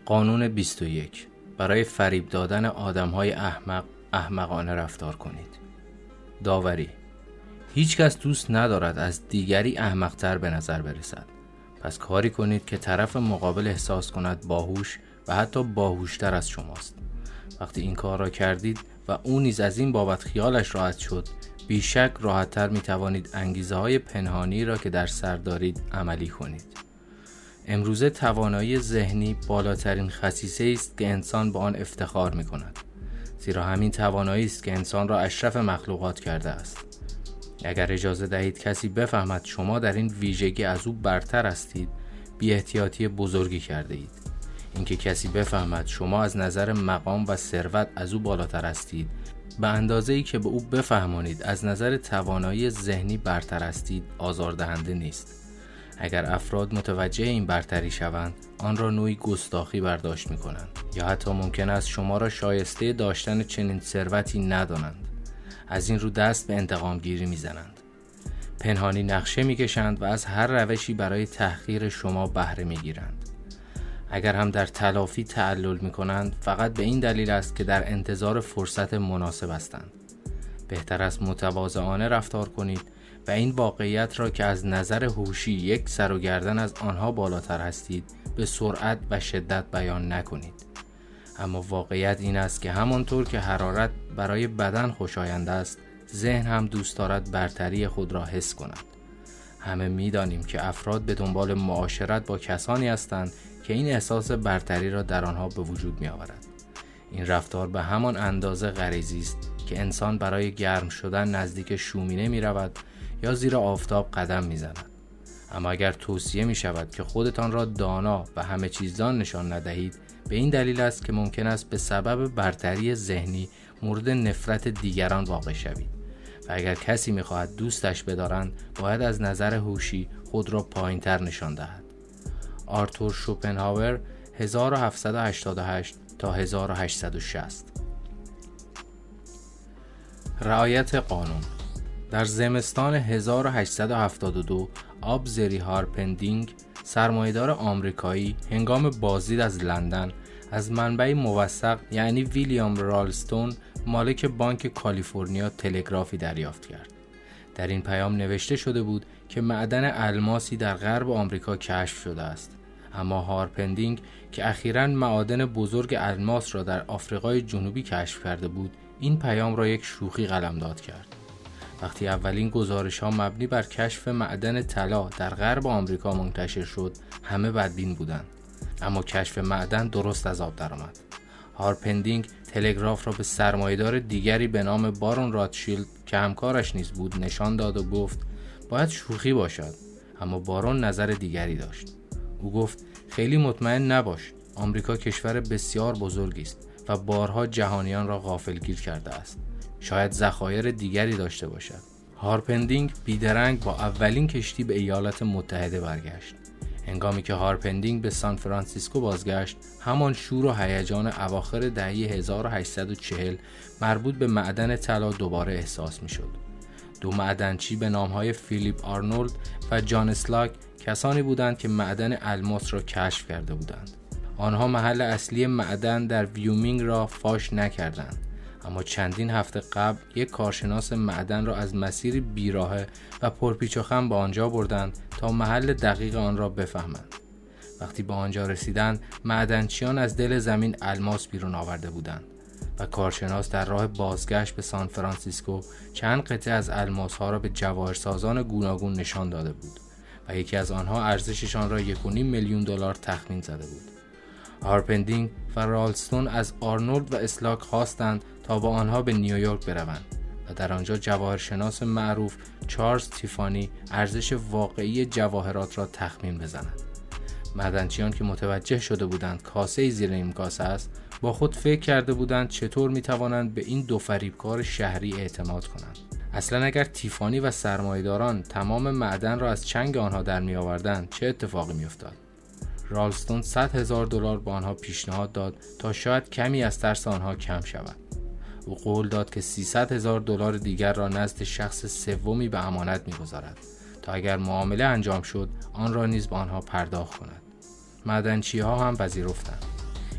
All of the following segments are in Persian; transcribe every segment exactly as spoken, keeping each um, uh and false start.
قانون بیست و یک. برای فریب دادن آدم‌های احمق احمقانه رفتار کنید. داوری: هیچ کس دوست ندارد از دیگری احمق‌تر به نظر برسد. پس کاری کنید که طرف مقابل احساس کند باهوش و حتی باهوشتر از شماست. وقتی این کار را کردید و او نیز از این بابت خیالش راحت شد، بیشک راحت‌تر می‌توانید انگیزه‌های پنهانی را که در سر دارید عملی کنید. امروزه توانایی ذهنی بالاترین خصیصه است که انسان به آن افتخار می‌کند. زیرا همین توانایی است که انسان را اشرف مخلوقات کرده است. اگر اجازه دهید کسی بفهمد شما در این ویژگی از او برتر هستید، بی احتیاطی بزرگی کرده اید. اینکه کسی بفهمد شما از نظر مقام و ثروت از او بالاتر هستید، به اندازه‌ای که به او بفهمانید از نظر توانایی ذهنی برتر هستید، آزاردهنده نیست. اگر افراد متوجه این برتری شوند، آن را نوعی گستاخی برداشت می‌کنند یا حتی ممکن است شما را شایسته داشتن چنین ثروتی ندانند. از این رو دست به انتقام گیری می‌زنند. پنهانی نقشه می‌کشند و از هر روشی برای تحقیر شما بهره می‌گیرند. اگر هم در تلافی تعلل می‌کنند، فقط به این دلیل است که در انتظار فرصت مناسب هستند. بهتر است متواضعانه رفتار کنید و این واقعیت را که از نظر هوشی یک سر و گردن از آنها بالاتر هستید، به سرعت و شدت بیان نکنید. اما واقعیت این است که همانطور که حرارت برای بدن خوشایند است، ذهن هم دوست دارد برتری خود را حس کند. همه می‌دانیم که افراد به دنبال معاشرت با کسانی هستند که این احساس برتری را در آنها به وجود می‌آورد. این رفتار به همان اندازه غریزی است که انسان برای گرم شدن نزدیک شومینه می‌رود یا زیر آفتاب قدم می‌زند. اما اگر توصیه می‌شود که خودتان را دانا و همه چیزدان نشان ندهید، به این دلیل است که ممکن است به سبب برتری ذهنی مورد نفرت دیگران واقع شوید. و اگر کسی می‌خواهد دوستش بدارند، باید از نظر هوشی خود را پایین‌تر نشان دهد. آرتور شوپنهاور هزار و هفتصد و هشتاد و هشت تا هزار و هشتصد و شصت. رعایت قانون. در زمستان هزار و هشتصد و هفتاد و دو آبزری هارپندینگ، سرمایه‌دار آمریکایی، هنگام بازدید از لندن از منبع موثق یعنی ویلیام رالستون، مالک بانک کالیفرنیا، تلگرافی دریافت کرد. در این پیام نوشته شده بود که معدن الماسی در غرب آمریکا کشف شده است. اما هارپندینگ که اخیراً معادن بزرگ الماس را در آفریقای جنوبی کشف کرده بود، این پیام را یک شوخی قلمداد کرد. وقتی اولین گزارش‌ها مبنی بر کشف معدن طلا در غرب آمریکا منتشر شد، همه بدبین بودند. اما کشف معدن درست از آب درآمد. هارپندینگ تلگراف را به سرمایه‌دار دیگری به نام بارون راتشیلد که همکارش نیز بود نشان داد و گفت باید شوخی باشد. اما بارون نظر دیگری داشت. او گفت خیلی مطمئن نباش. آمریکا کشور بسیار بزرگی است و بارها جهانیان را غافلگیر کرده است. شاید ذخایر دیگری داشته باشد. هارپندینگ بیدرنگ با اولین کشتی به ایالات متحده برگشت. هنگامی که هارپندینگ به سان فرانسیسکو بازگشت، همان شور و هیجان اواخر دهه هزار و هشتصد و چهل مربوط به معدن طلا دوباره احساس می‌شد. دو معدنچی به نام‌های فیلیپ آرنولد و جان اسلاک کسانی بودند که معدن الماس را کشف کرده بودند. آنها محل اصلی معدن در ویومینگ را فاش نکردند. اما چندین هفته قبل یک کارشناس معدن را از مسیری بیراهه و پرپیچ و خم به آنجا بردند تا محل دقیق آن را بفهمند. وقتی به آنجا رسیدند، معدنچیان از دل زمین الماس بیرون آورده بودند و کارشناس در راه بازگشت به سان فرانسیسکو چند قطعه از الماس ها را به جواهرسازان گوناگون نشان داده بود و یکی از آنها ارزششان را یک و نیم میلیون دلار تخمین زده بود. هارپندینگ و رالستون از آرنولد و اسلاک خواستند تا با آنها به نیویورک بروند و در آنجا جواهرشناس معروف چارلز تیفانی ارزش واقعی جواهرات را تخمین بزنند. معدنچیان که متوجه شده بودند کاسه زیر این کاسه است، با خود فکر کرده بودند چطور میتوانند به این دو فریبکار شهری اعتماد کنند. اصلا اگر تیفانی و سرمایه‌داران تمام معدن را از چنگ آنها در می آوردند، چه اتفاقی می افتاد؟ رالستون صد هزار دلار به آنها پیشنهاد داد تا شاید کمی از ترس آنها کم شود. او قول داد که سیصد هزار دلار دیگر را نزد شخص سومی به امانت می‌گذارد تا اگر معامله انجام شد آن را نیز به آنها پرداخت کند. معدنچی‌ها هم پذیرفتند.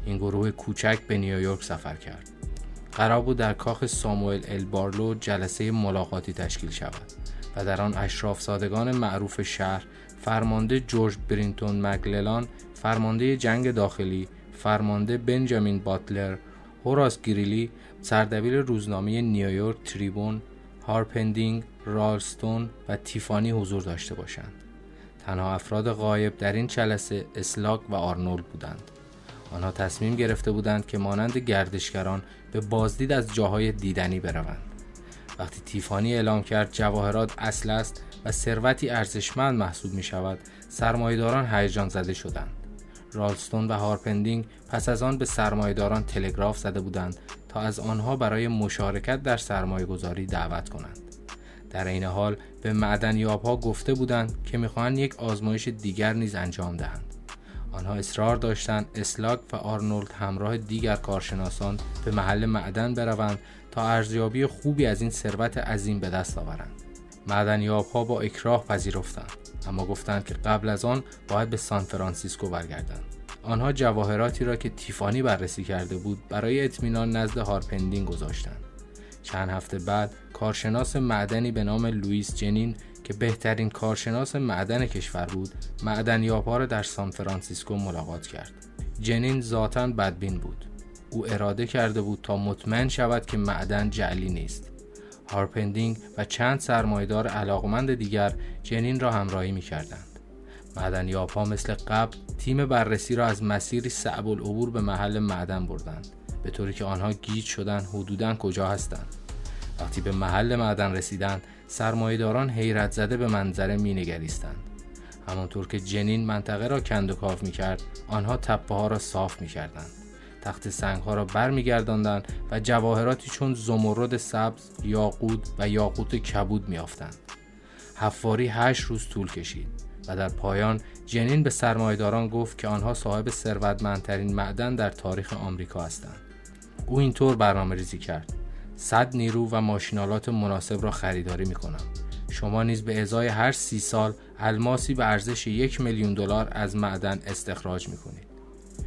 این گروه کوچک به نیویورک سفر کرد. قرار بود در کاخ ساموئل ال بارلو جلسه ملاقاتی تشکیل شود و در آن اشراف زادگان معروف شهر، فرمانده جورج برینتون مکللان، فرمانده جنگ داخلی، فرمانده بنجامین باتلر، هوراس گریلی، سردبیر روزنامه نیویورک تریبون، هارپندینگ، رالستون و تیفانی حضور داشته باشند. تنها افراد غایب در این جلسه اسلاک و آرنولد بودند. آنها تصمیم گرفته بودند که مانند گردشگران به بازدید از جاهای دیدنی بروند. وقتی تیفانی اعلام کرد جواهرات اصل است و ثروتی ارزشمند محسوب می شود، سرمایه‌داران هیجان زده شدند. رالستون و هارپندینگ پس از آن به سرمایه‌داران تلگراف زده بودند تا از آنها برای مشارکت در سرمایه‌گذاری دعوت کنند. در این حال به معدنیاب‌ها گفته بودند که می‌خواهند یک آزمایش دیگر نیز انجام دهند. آنها اصرار داشتند اسلاک و آرنولد همراه دیگر کارشناسان به محل معدن بروند تا ارزیابی خوبی از این ثروت عظیم به دست آورند. معدنیاب‌ها با اکراه پذیرفتند، اما گفتند که قبل از آن باید به سان فرانسیسکو برگردند. آنها جواهراتی را که تیفانی بررسی کرده بود برای اطمینان نزد هارپندینگ گذاشتند. چند هفته بعد کارشناس معدنی به نام لوئیس جنین که بهترین کارشناس معدن کشور بود، معدنیاب‌ها را در سان فرانسیسکو ملاقات کرد. جنین ذاتاً بدبین بود. او اراده کرده بود تا مطمئن شود که معدن جعلی نیست. هارپندینگ و چند سرمایه‌دار علاقمند دیگر جنین را همراهی می‌کردند. معدنیاب‌ها مثل قبل تیم بررسی را از مسیری صعب العبور به محل معدن بردند، به طوری که آنها گیج شدند حدوداً کجا هستند. وقتی به محل معدن رسیدند، سرمایه‌داران حیرت زده به منظره می‌نگریستند. همانطور که جنین منطقه را کند و کاو می‌کرد، آنها تپه‌ها را صاف می‌کردند. تخت سنگ‌ها را برمیگرداندند و جواهراتی چون زمرد سبز، یاقوت و یاقوت کبود می‌یافتند. حفاری هشت روز طول کشید و در پایان جنین به سرمایه‌داران گفت که آنها صاحب ثروتمندترین معدن در تاریخ آمریکا هستند. او اینطور برنامه‌ریزی کرد: صد نیرو و ماشینالات مناسب را خریداری می‌کنم. شما نیز به ازای هر سی سال الماسی به ارزش یک میلیون دلار از معدن استخراج می‌کنید.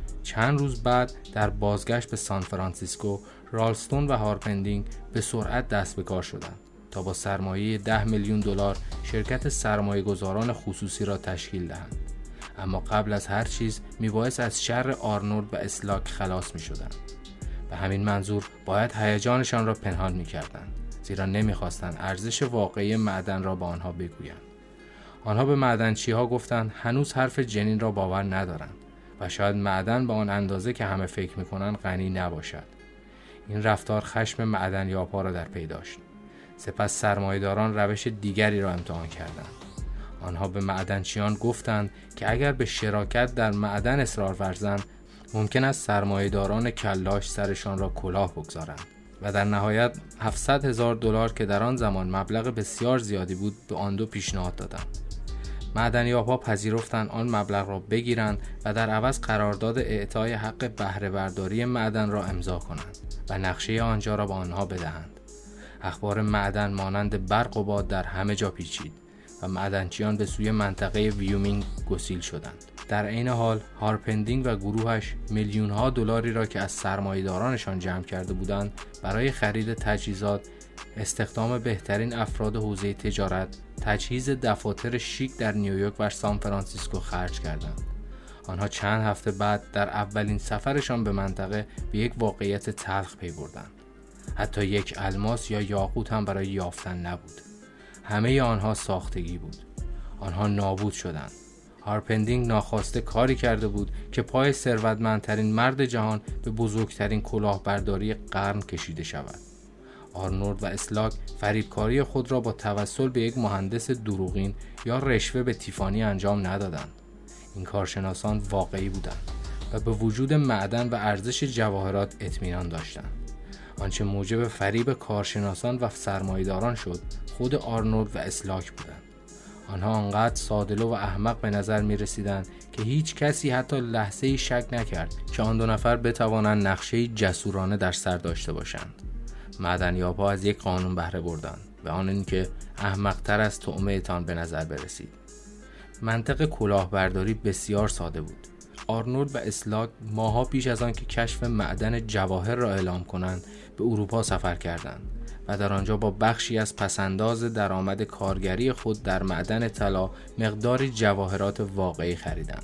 چند روز بعد در بازگشت به سان فرانسیسکو، رالستون و هارپندینگ به سرعت دست به کار شدند تا با سرمایه ده میلیون دلار شرکت سرمایه‌گذاران خصوصی را تشکیل دهند. اما قبل از هر چیز میبایست از شر آرنولد و اسلاک خلاص میشدند. به همین منظور باید هیجانشان را پنهان میکردند، زیرا نمیخواستند ارزش واقعی معدن را به آنها بگویند. آنها به معدنچی‌ها گفتند هنوز حرف جنین را باور ندارند و شاید معدن به آن اندازه که همه فکر میکنن غنی نباشد. این رفتار خشم معدنیاب‌ها را در پی داشت. سپس سرمایه‌داران روش دیگری را امتحان کردند. آنها به معدنچیان گفتند که اگر به شراکت در معدن اصرار ورزند، ممکن است سرمایه‌داران کلاش سرشان را کلاه بگذارند و در نهایت هفتصد هزار دلار که در آن زمان مبلغ بسیار زیادی بود به آن دو پیشنهاد دادند. معدنیاب‌ها پذیرفتند آن مبلغ را بگیرند و در عوض قرارداد اعطای حق بهره برداری معدن را امضا کنند و نقشه آنجا را به آنها بدهند. اخبار معدن مانند برق و باد در همه جا پیچید و معدنچیان به سوی منطقه ویومینگ گسیل شدند. در عین حال هارپندینگ و گروهش میلیون ها دلاری را که از سرمایه‌دارانشان جمع کرده بودند برای خرید تجهیزات، استخدام بهترین افراد حوزه تجارت، تجهیز دفاتر شیک در نیویورک و سان فرانسیسکو خرج کردند. آنها چند هفته بعد در اولین سفرشان به منطقه به یک واقعیت تلخ پی بردند. حتی یک الماس یا یاقوت هم برای یافتن نبود. همه آنها ساختگی بود. آنها نابود شدند. هارپندینگ ناخواسته کاری کرده بود که پای ثروتمندترین مرد جهان به بزرگترین کلاهبرداری قرن کشیده شود. آرنولد و اسلاک فریبکاری خود را با توسل به یک مهندس دروغین یا رشوه به تیفانی انجام ندادند. این کارشناسان واقعی بودند و به وجود معدن و ارزش جواهرات اطمینان داشتند. آنچه موجب فریب کارشناسان و سرمایه‌داران شد، خود آرنولد و اسلاک بودند. آنها آنقدر ساده‌لو و احمق به نظر می رسیدند که هیچ کسی حتی لحظه‌ای شک نکرد که آن دو نفر بتوانند نقشه‌ای جسورانه در سر داشته باشند. معدنیاب‌ها از یک قانون بهره بردند، به آن اینکه احمق‌تر از طعمه‌تان به نظر برسید. منطق کلاهبرداری بسیار ساده بود. آرنولد و اسلاگ ماها پیش از آن که کشف معدن جواهر را اعلام کنند به اروپا سفر کردند و در آنجا با بخشی از پسنداز درآمد کارگری خود در معدن طلا مقداری جواهرات واقعی خریدند.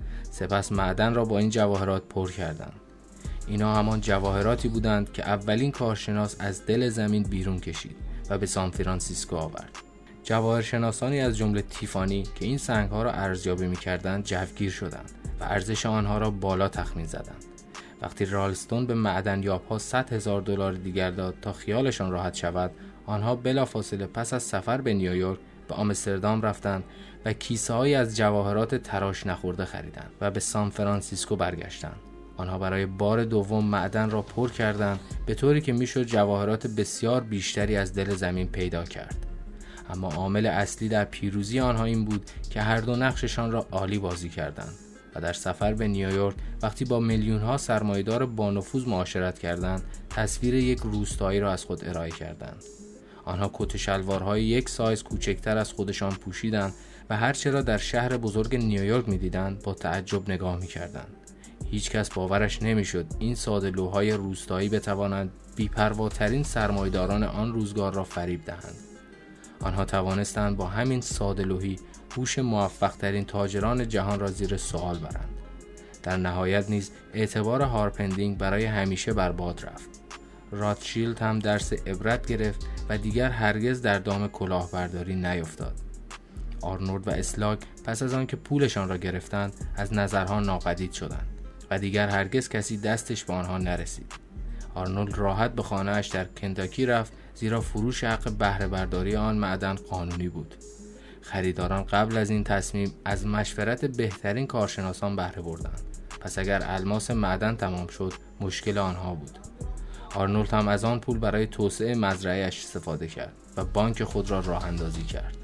سپس معدن را با این جواهرات پر کردند. اینا همان جواهراتی بودند که اولین کارشناس از دل زمین بیرون کشید و به سان فرانسیسکو آورد. جواهرشناسانی از جمله تیفانی که این سنگ‌ها را ارزیابی می‌کردند جوگیر شدند و ارزش آنها را بالا تخمین زدند. وقتی رالستون به معدنیاب‌ها صد هزار دلار دیگر داد تا خیالشان راحت شود، آنها بلافاصله پس از سفر به نیویورک به آمستردام رفتند و کیسه‌هایی از جواهرات تراش نخورده خریدند و به سان فرانسیسکو برگشتند. آنها برای بار دوم معدن را پر کردند به طوری که میشد جواهرات بسیار بیشتری از دل زمین پیدا کرد. اما عامل اصلی در پیروزی آنها این بود که هر دو نقششان را عالی بازی کردند و در سفر به نیویورک وقتی با میلیون‌ها سرمایه‌دار با نفوذ معاشرت کردند، تصویر یک روستایی را از خود ارائه کردند. آنها کت و شلوارهای یک سایز کوچکتر از خودشان پوشیدند و هر چه را در شهر بزرگ نیویورک می‌دیدند با تعجب نگاه می‌کردند. هیچ کس باورش نمی‌شد این ساده‌لوح‌های روستایی بتوانند بی‌پرواترین سرمایه‌داران آن روزگار را فریب دهند. آنها توانستند با همین ساده‌لوحی هوش موفق‌ترین تاجران جهان را زیر سوال برند. در نهایت نیز اعتبار هارپندینگ برای همیشه برباد رفت. راتشیلد هم درس عبرت گرفت و دیگر هرگز در دام کلاهبرداری نیفتاد. آرنولد و اسلاگ پس از آن که پولشان را گرفتند از نظرها ناپدید شدند و دیگر هرگز کسی دستش به آنها نرسید. آرنولد راحت به خانه‌اش در کنتاکی رفت زیرا فروش حق بهره برداری آن معدن قانونی بود. خریداران قبل از این تصمیم از مشورت بهترین کارشناسان بهره بردند. پس اگر الماس معدن تمام شد مشکل آنها بود. آرنولد هم از آن پول برای توسعه مزرعه‌اش استفاده کرد و بانک خود را راه اندازی کرد.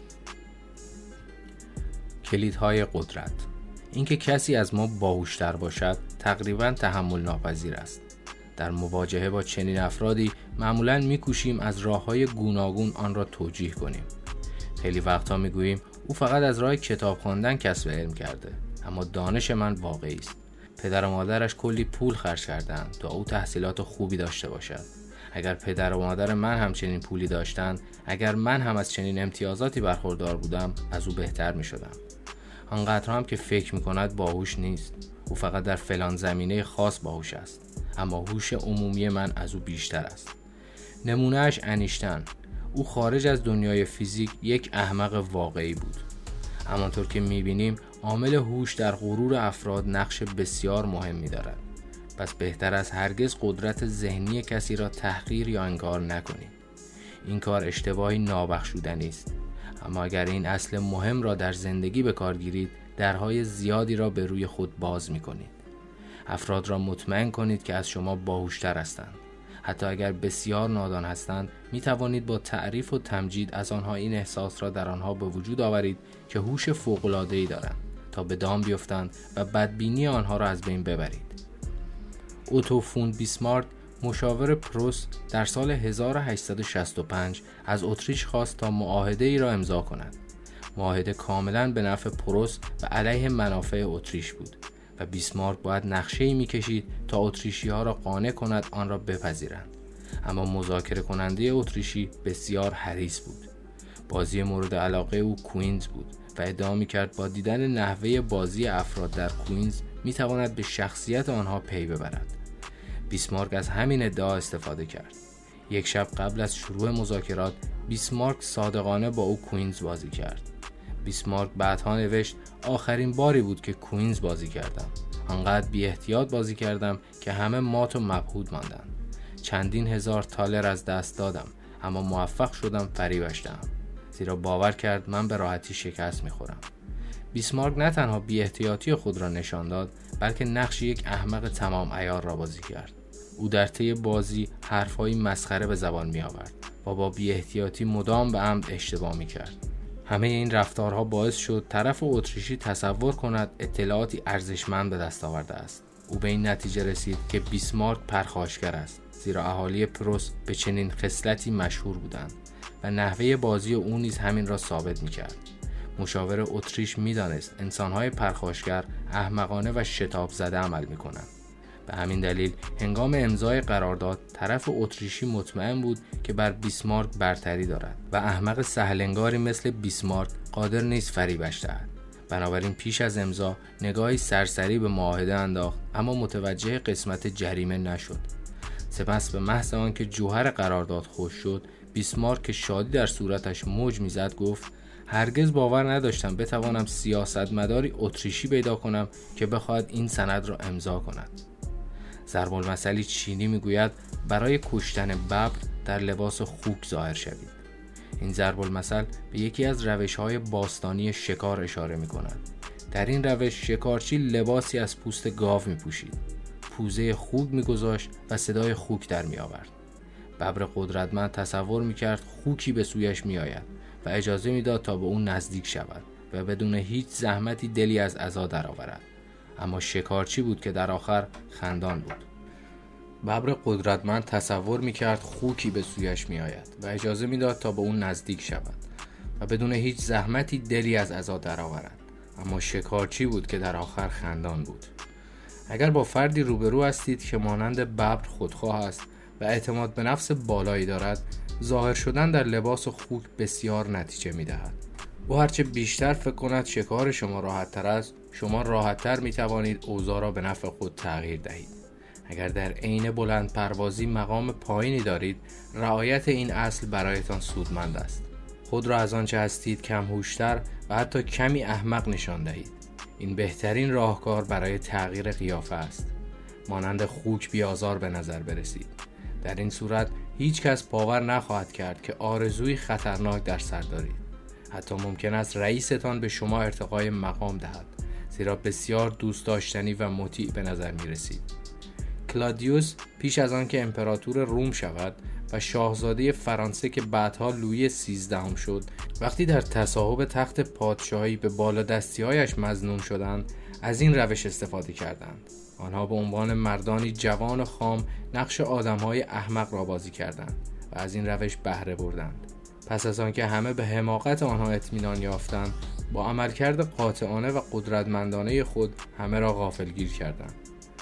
کلیدهای قدرت. اینکه کسی از ما باهوشتر باشد تقریباً تحمل ناپذیر است. در مواجهه با چنین افرادی معمولاً می‌کوشیم از راه‌های گوناگون آن را توجیه کنیم. خیلی وقتا می‌گوییم او فقط از راه کتاب خواندن کسب علم کرده، اما دانش من واقعی است. پدر و مادرش کلی پول خرج کردند تا او تحصیلات خوبی داشته باشد. اگر پدر و مادر من هم چنین پولی داشتند، اگر من هم از چنین امتیازاتی برخوردار بودم، از او بهتر می‌شدم. آنقدر هم که فکر می‌کند باهوش نیست. او فقط در فلان زمینه خاص باهوش است، اما هوش عمومی من از او بیشتر است. نمونهش انیشتن. او خارج از دنیای فیزیک یک احمق واقعی بود. همانطور که می‌بینیم عامل هوش در غرور افراد نقش بسیار مهمی دارد. پس بهتر است هرگز قدرت ذهنی کسی را تحقیر یا انکار نکنید. این کار اشتباهی نابخشودنی است. اما اگر این اصل مهم را در زندگی به کار گیرید، درهای زیادی را به روی خود باز می‌کنید. افراد را مطمئن کنید که از شما باهوشتر هستند. حتی اگر بسیار نادان هستند، می توانید با تعریف و تمجید از آنها این احساس را در آنها به وجود آورید که هوش فوق‌العاده‌ای دارند تا به دام بیفتند و بدبینی آنها را از بین ببرید. اوتو فون بیسمارک، مشاور پروست، در سال هزار و هشتصد و شصت و پنج از اتریش خواست تا معاهده ای را امضا کند. معاهده کاملا به نفع پروست و علیه منافع اتریش بود و بیسمارک باید نقشه‌ای می‌کشید تا اتریشی‌ها را قانع کند آن را بپذیرند. اما مذاکره کننده اتریشی بسیار حریص بود. بازی مورد علاقه او کوینز بود و ادعا می‌کرد با دیدن نحوه بازی افراد در کوینز می‌تواند به شخصیت آنها پی ببرد. بیسمارک از همین ادعا استفاده کرد. یک شب قبل از شروع مذاکرات، بیسمارک صادقانه با او کوینز بازی کرد. بیسمارک بعدها نوشت آخرین باری بود که کوینز بازی کردم. آنقدر بی احتیاط بازی کردم که همه مات و مبهوت ماندند. چندین هزار تالر از دست دادم، اما موفق شدم فریبش دهم، زیرا باور کرد من به راحتی شکست میخورم. بیسمارک نه تنها بی احتیاطی خود را نشان داد، بلکه نقش یک احمق تمام عیار را بازی کرد. او در طی بازی حرفهای مسخره به زبان می آورد و با بی احتیاطی مدام به عمد اشتباه می کرد. همه این رفتارها باعث شد طرف اتریشی تصور کند اطلاعاتی ارزشمند به دست آورده است. او به این نتیجه رسید که بیسمارک پرخاشگر است، زیرا اهالی پروست به چنین خصلتی مشهور بودند و نحوه بازی او نیز همین را ثابت می‌کرد. مشاور اتریش می‌دانست انسان‌های پرخاشگر احمقانه و شتاب زده عمل می‌کنند. به همین دلیل هنگام امضای قرارداد طرف اتریشی مطمئن بود که بر بیسمارک برتری دارد و احمق سهلنگاری مثل بیسمارک قادر نیست فریبش دهد. بنابراین پیش از امضا نگاهی سرسری به معاهده انداخت، اما متوجه قسمت جریمه نشد. سپس به محض آنکه جوهر قرارداد خوش شد، بیسمارک که شادی در صورتش موج میزد گفت: هرگز باور نداشتم بتوانم سیاستمداری اتریشی پیدا کنم که بخواهد این سند را امضا کند. ضرب المثلی چینی میگوید برای کشتن ببر در لباس خوک ظاهر شوید. این ضرب المثل به یکی از روش‌های باستانی شکار اشاره می‌کند. در این روش شکارچی لباسی از پوست گاو می‌پوشید، پوزه خوک می‌گذاشت و صدای خوک در می‌آورد. ببر قدرتمند تصور می‌کرد خوکی به سویش می‌آید و اجازه می‌داد تا به او نزدیک شود و بدون هیچ زحمتی دلی از عزا درآورد. اما شکارچی بود که در آخر خندان بود. ببر قدرتمند تصور می‌کرد خوکی به سویش می‌آید و اجازه می‌داد تا به اون نزدیک شود و بدون هیچ زحمتی دلی از عزا درآورد. اما شکارچی بود که در آخر خندان بود. اگر با فردی روبرو هستید که مانند ببر خودخواه است و اعتماد به نفس بالایی دارد، ظاهر شدن در لباس خوک بسیار نتیجه می‌دهد. او هرچه بیشتر فکر کند شکار شما راحت‌تر است، شما راحت‌تر می‌توانید اوضاع را به نفع خود تغییر دهید. اگر در عین بلند پروازی مقام پایینی دارید، رعایت این اصل برایتان سودمند است. خود را از آنچه هستید کم هوشتر و حتی کمی احمق نشان دهید. این بهترین راهکار برای تغییر قیافه است. مانند خوک بیازار به نظر برسید. در این صورت هیچ کس باور نخواهد کرد که آرزوی خطرناک در سر دارید. حتی ممکن است رئیستان به شما ارتقای مقام دهد، زیرا بسیار دوست داشتنی و مطیع به نظر می رسید. کلادیوس پیش از آن که امپراتور روم شود و شاهزاده فرانسه که بعدها لویی سیزدهم شد، وقتی در تصاحب تخت پادشاهی به بالادستی‌هایش مظنون شدند، از این روش استفاده کردند. آنها به عنوان مردانی جوان و خام نقش آدم‌های احمق را بازی کردند و از این روش بهره بردند. پس از آنکه همه به حماقت آنها اطمینان یافتند، با عملکرد قاطعانه و قدرتمندانه خود همه را غافلگیر کردند.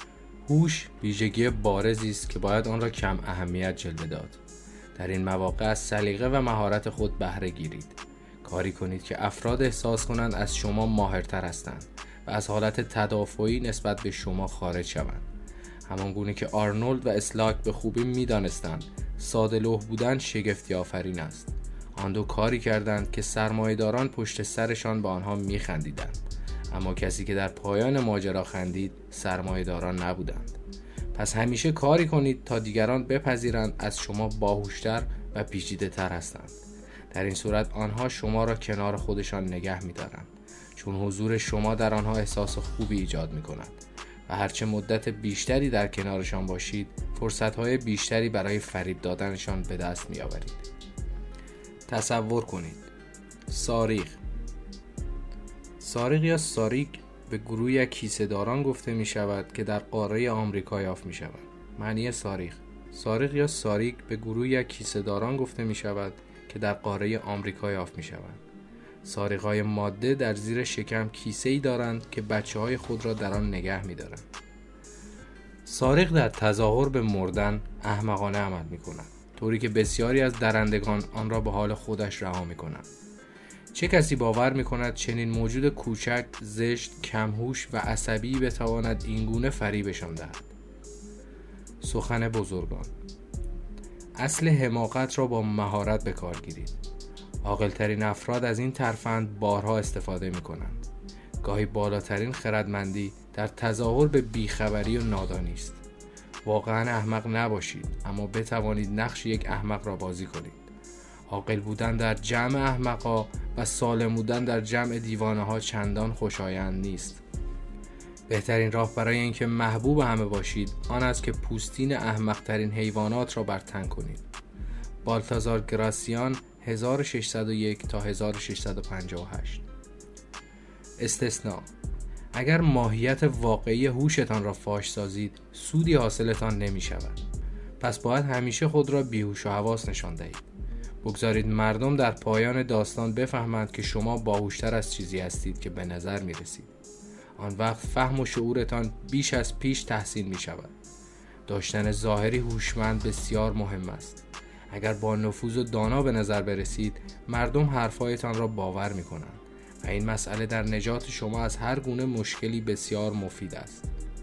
هوش ویژگی بارزی است که باید آن را کم اهمیت جلوه داد. در این مواقع از سلیقه و مهارت خود بهره گیرید. کاری کنید که افراد احساس کنند از شما ماهرتر هستند و از حالت تدافعی نسبت به شما خارج شوند. همان گونه که آرنولد و اسلاک به خوبی می‌دانستند ساده لوح بودن شگفتی آفرین است. آن دو کاری کردند که سرمایه‌داران پشت سرشان به آنها می‌خندیدند. اما کسی که در پایان ماجرا خندید سرمایه‌داران نبودند. پس همیشه کاری کنید تا دیگران بپذیرند از شما باهوشتر و پیچیده‌تر هستند. در این صورت آنها شما را کنار خودشان نگه می‌دارند، چون حضور شما در آنها احساس خوبی ایجاد می‌کند و هرچه مدت بیشتری در کنارشان باشید، فرصت‌های بیشتری برای فریب دادنشان به دست می‌آورید. تصور کنید. ساریغ ساریغ یا ساریگ به گروه یک کیسه‌داران گفته می شود که در قاره آمریکا یافت می شود. معنی ساریغ ساریغ یا ساریگ به گروه یک کیسه‌داران گفته می شود که در قاره آمریکا یافت می شود. ساریغ‌های ماده در زیر شکم کیسه‌ای دارند که بچه‌های خود را در آن نگه می دارند. ساریغ در تظاهر به مردن احمقانه عمل می کند، طوری که بسیاری از درندگان آن را به حال خودش رها می کنند. چه کسی باور می‌کند چنین موجود کوچک، زشت، کمهوش و عصبی بتواند اینگونه فریبشان دهد؟ سخن بزرگان. اصل حماقت را با مهارت به کار گیرید. عاقل‌ترین افراد از این ترفند بارها استفاده می‌کنند. گاهی بالاترین خردمندی در تظاهر به بیخبری و نادانی است. واقعاً احمق نباشید، اما بتوانید نقش یک احمق را بازی کنید. عاقل بودن در جمع احمقا و سالم بودن در جمع دیوانه ها چندان خوشایند نیست. بهترین راه برای اینکه محبوب همه باشید آن است که پوستین احمق ترین حیوانات را بر تن کنید. بالتازار گراسیان هزار و ششصد و یک تا هزار و ششصد و پنجاه و هشت. استثناء: اگر ماهیت واقعی هوشتان را فاش سازید، سودی حاصلتان نمی شود. پس باید همیشه خود را بیهوش و حواس نشان دهید. بگذارید مردم در پایان داستان بفهمند که شما باهوشتر از چیزی هستید که به نظر می رسید. آن وقت فهم و شعورتان بیش از پیش تحسین می شود. داشتن ظاهری هوشمند بسیار مهم است. اگر با نفوذ و دانا به نظر برسید، مردم حرفایتان را باور می کنند و این مسئله در نجات شما از هر گونه مشکلی بسیار مفید است.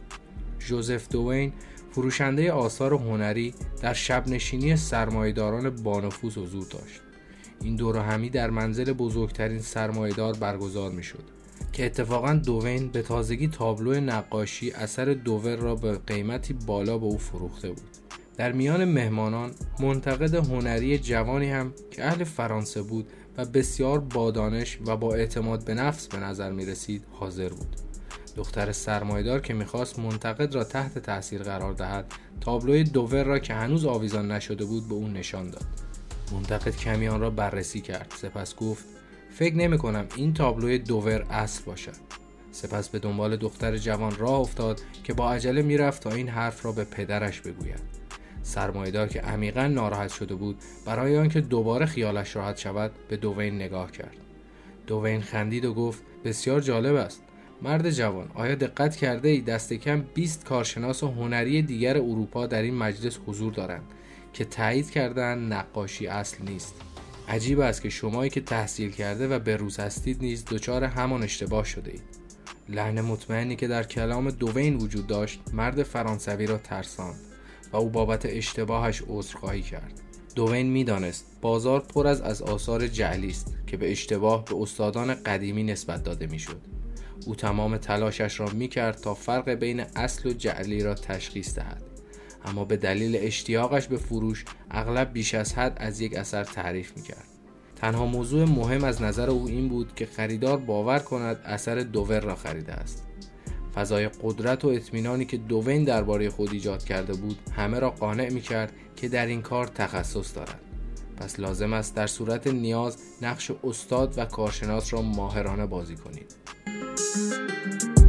ژوزف دوین، فروشنده آثار هنری، در شب نشینی سرمایه‌داران بانفوذ حضور داشت. این دور همی در منزل بزرگترین سرمایه‌دار برگزار می‌شد که اتفاقاً دوین به تازگی تابلو نقاشی اثر دوور را به قیمتی بالا به او فروخته بود. در میان مهمانان منتقد هنری جوانی هم که اهل فرانسه بود و بسیار بادانش و با اعتماد به نفس به نظر می‌رسید حاضر بود. دختر سرمایه‌دار که می‌خواست منتقد را تحت تاثیر قرار دهد، تابلوی دوور را که هنوز آویزان نشده بود به او نشان داد. منتقد کمی آن را بررسی کرد، سپس گفت: فکر نمی‌کنم این تابلوی دوور اصل باشد. سپس به دنبال دختر جوان راه افتاد که با عجله می‌رفت تا این حرف را به پدرش بگوید. سرمایه‌دار که عمیقاً ناراحت شده بود، برای آنکه دوباره خیالش راحت شود به دوین نگاه کرد. دوین خندید و گفت: بسیار جالب است. مرد جوان، آیا دقت کرده ای دست کم بیست کارشناس و هنری دیگر اروپا در این مجلس حضور دارند که تایید کردند نقاشی اصل نیست؟ عجیب است که شمایی که تحصیل کرده و بروز هستید نیز دچار همان اشتباه شده اید. لحن مطمئنی که در کلام دوین وجود داشت مرد فرانسوی را ترساند و او بابت اشتباهش عذرخواهی کرد. دوین می‌دانست بازار پر از از آثار جعلی است که به اشتباه به استادان قدیمی نسبت داده می‌شد. او تمام تلاشش را می‌کرد تا فرق بین اصل و جعلی را تشخیص دهد، اما به دلیل اشتیاقش به فروش اغلب بیش از حد از یک اثر تعریف می‌کرد. تنها موضوع مهم از نظر او این بود که خریدار باور کند اثر دوور را خریده است. فضای قدرت و اطمینانی که دوین درباره خود ایجاد کرده بود همه را قانع می‌کرد که در این کار تخصص دارد. پس لازم است در صورت نیاز نقش استاد و کارشناس را ماهرانه بازی کنید.